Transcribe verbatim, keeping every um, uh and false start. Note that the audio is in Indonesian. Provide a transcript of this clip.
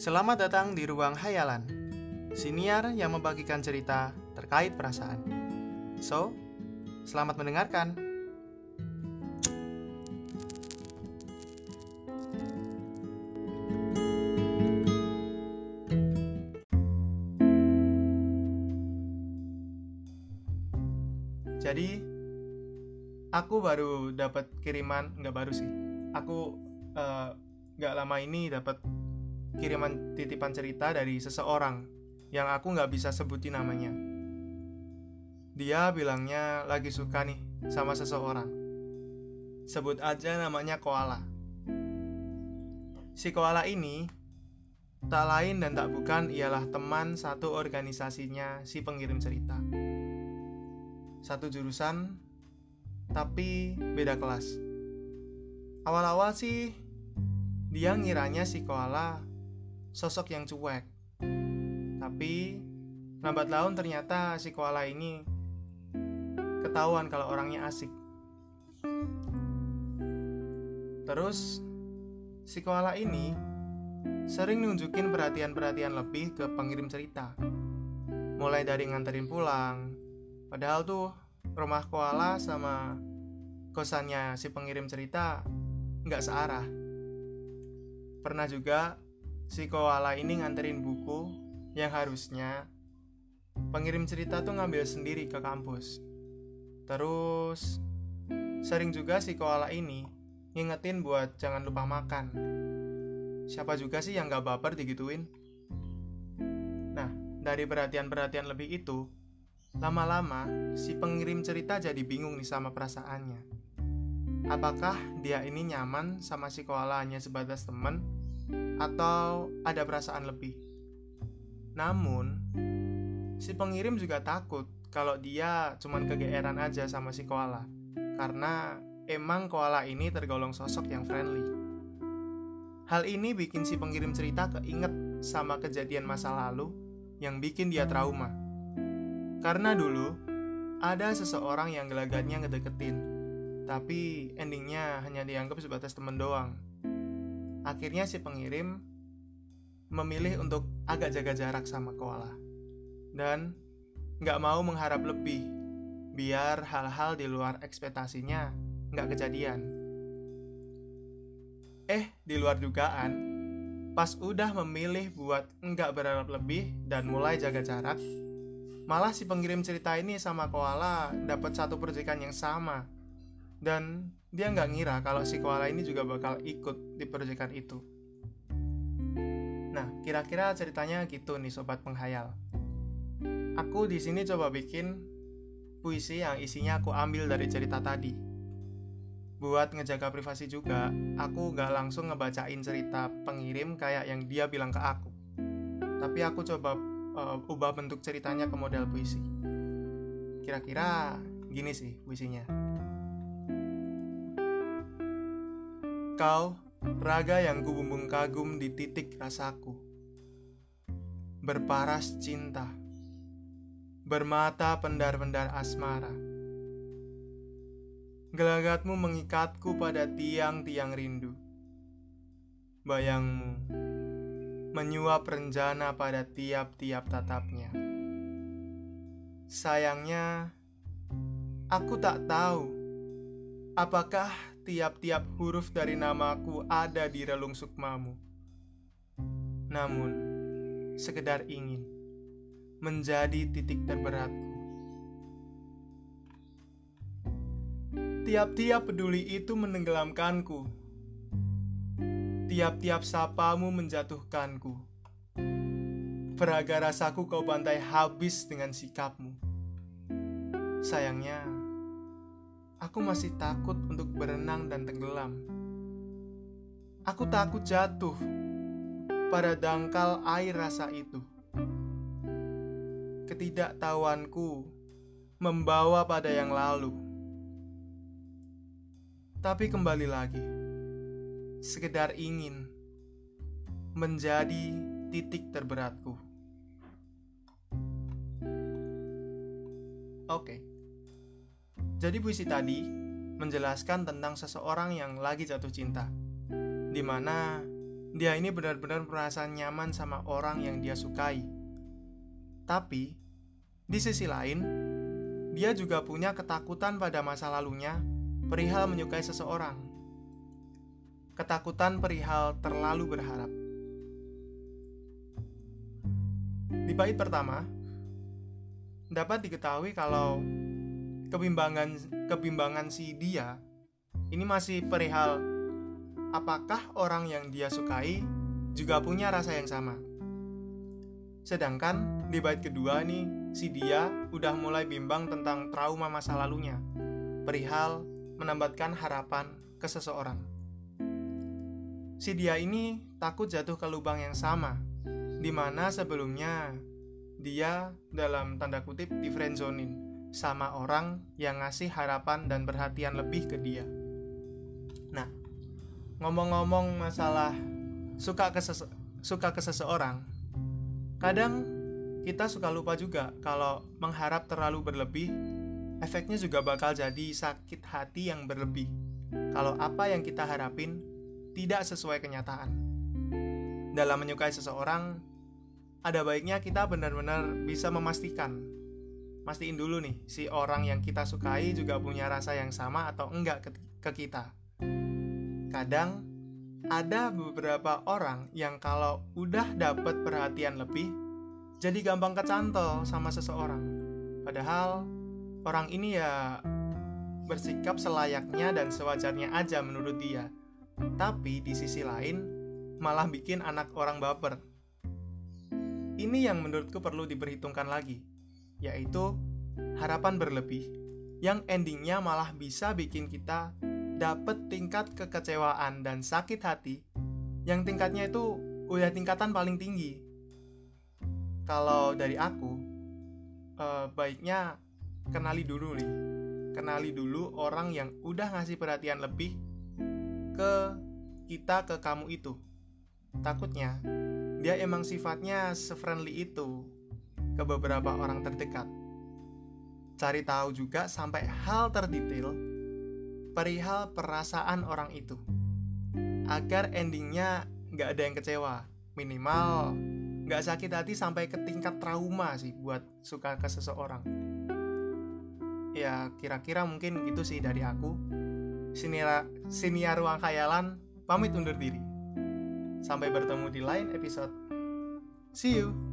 Selamat datang di Ruang Hayalan, siniar yang membagikan cerita terkait perasaan. So, selamat mendengarkan. Jadi, aku baru dapat kiriman, nggak baru sih. Aku uh, nggak lama ini dapat kiriman titipan cerita dari seseorang yang aku nggak bisa sebutin namanya. Dia bilangnya lagi suka nih sama seseorang. Sebut aja namanya Koala. Si Koala ini tak lain dan tak bukan ialah teman satu organisasinya si pengirim cerita. Satu jurusan, tapi beda kelas. Awal-awal sih dia ngiranya si Koala sosok yang cuek. Tapi lambat laun ternyata si Koala ini ketahuan kalau orangnya asik. Terus si Koala ini sering nunjukin perhatian-perhatian lebih ke pengirim cerita. Mulai dari nganterin pulang. Padahal tuh rumah Koala sama kosannya si pengirim cerita nggak searah. Pernah juga si Koala ini nganterin buku yang harusnya pengirim cerita tuh ngambil sendiri ke kampus. Terus sering juga si Koala ini ngingetin buat jangan lupa makan. Siapa juga sih yang gak baper digituin? Nah, dari perhatian-perhatian lebih itu, lama-lama si pengirim cerita jadi bingung nih sama perasaannya. Apakah dia ini nyaman sama si Koala hanya sebatas teman, atau ada perasaan lebih? Namun, si pengirim juga takut kalau dia cuman kegeeran aja sama si Koala, karena emang Koala ini tergolong sosok yang friendly. Hal ini bikin si pengirim cerita keinget sama kejadian masa lalu yang bikin dia trauma. Karena dulu ada seseorang yang gelagatnya ngedeketin, tapi endingnya hanya dianggap sebatas temen doang. Akhirnya si pengirim memilih untuk agak jaga jarak sama Koala dan gak mau mengharap lebih, biar hal-hal di luar ekspektasinya gak kejadian. Eh, di luar dugaan, pas udah memilih buat gak berharap lebih dan mulai jaga jarak, malah si pengirim cerita ini sama Koala dapat satu proyekan yang sama. Dan dia nggak ngira kalau si Koala ini juga bakal ikut di proyekan itu. Nah, kira-kira ceritanya gitu nih sobat penghayal. Aku di sini coba bikin puisi yang isinya aku ambil dari cerita tadi. Buat ngejaga privasi juga, aku nggak langsung ngebacain cerita pengirim kayak yang dia bilang ke aku. Tapi aku coba uh, ubah bentuk ceritanya ke model puisi. Kira-kira gini sih puisinya. Kau, raga yang kubumbung kagum di titik rasaku, berparas cinta, bermata pendar-pendar asmara. Gelagatmu mengikatku pada tiang-tiang rindu. Bayangmu menyuap renjana pada tiap-tiap tatapnya. Sayangnya, aku tak tahu apakah tiap-tiap huruf dari namaku ada di relung sukmamu. Namun, sekedar ingin menjadi titik terberatku. Tiap-tiap peduli itu menenggelamkanku. Tiap-tiap sapamu menjatuhkanku. Peraga rasaku kau bantai habis dengan sikapmu. Sayangnya, aku masih takut untuk berenang dan tenggelam. Aku takut jatuh pada dangkal air rasa itu. Ketidaktahuanku membawa pada yang lalu. Tapi kembali lagi, sekedar ingin menjadi titik terberatku. Oke. Jadi puisi tadi menjelaskan tentang seseorang yang lagi jatuh cinta, di mana dia ini benar-benar merasa nyaman sama orang yang dia sukai. Tapi, di sisi lain, dia juga punya ketakutan pada masa lalunya perihal menyukai seseorang. Ketakutan perihal terlalu berharap. Di bait pertama, dapat diketahui kalau kebimbangan kebimbangan si dia ini masih perihal apakah orang yang dia sukai juga punya rasa yang sama. Sedangkan di bait kedua nih, si dia udah mulai bimbang tentang trauma masa lalunya, perihal menambatkan harapan ke seseorang. Si dia ini takut jatuh ke lubang yang sama, di mana sebelumnya dia dalam tanda kutip di friendzonin sama orang yang ngasih harapan dan perhatian lebih ke dia. Nah, ngomong-ngomong masalah suka ke sese- suka ke seseorang, kadang kita suka lupa juga kalau mengharap terlalu berlebih, efeknya juga bakal jadi sakit hati yang berlebih kalau apa yang kita harapin tidak sesuai kenyataan. Dalam menyukai seseorang, ada baiknya kita benar-benar bisa memastikan, mastiin dulu nih, si orang yang kita sukai juga punya rasa yang sama atau enggak ke, ke kita. Kadang, ada beberapa orang yang kalau udah dapet perhatian lebih, jadi gampang kecantol sama seseorang. Padahal, orang ini ya bersikap selayaknya dan sewajarnya aja menurut dia. Tapi di sisi lain, malah bikin anak orang baper. Ini yang menurutku perlu diperhitungkan lagi, yaitu harapan berlebih, yang endingnya malah bisa bikin kita dapet tingkat kekecewaan dan sakit hati, yang tingkatnya itu udah tingkatan paling tinggi. Kalau dari aku, eh, baiknya kenali dulu nih, kenali dulu orang yang udah ngasih perhatian lebih ke kita, ke kamu itu. Takutnya dia emang sifatnya se-friendly itu ke beberapa orang terdekat. Cari tahu juga sampai hal terdetail perihal perasaan orang itu, agar endingnya gak ada yang kecewa. Minimal gak sakit hati sampai ke tingkat trauma sih buat suka ke seseorang. Ya kira-kira mungkin gitu sih dari aku. Siniar, Siniar Ruang Khayalan pamit undur diri. Sampai bertemu di lain episode. See you.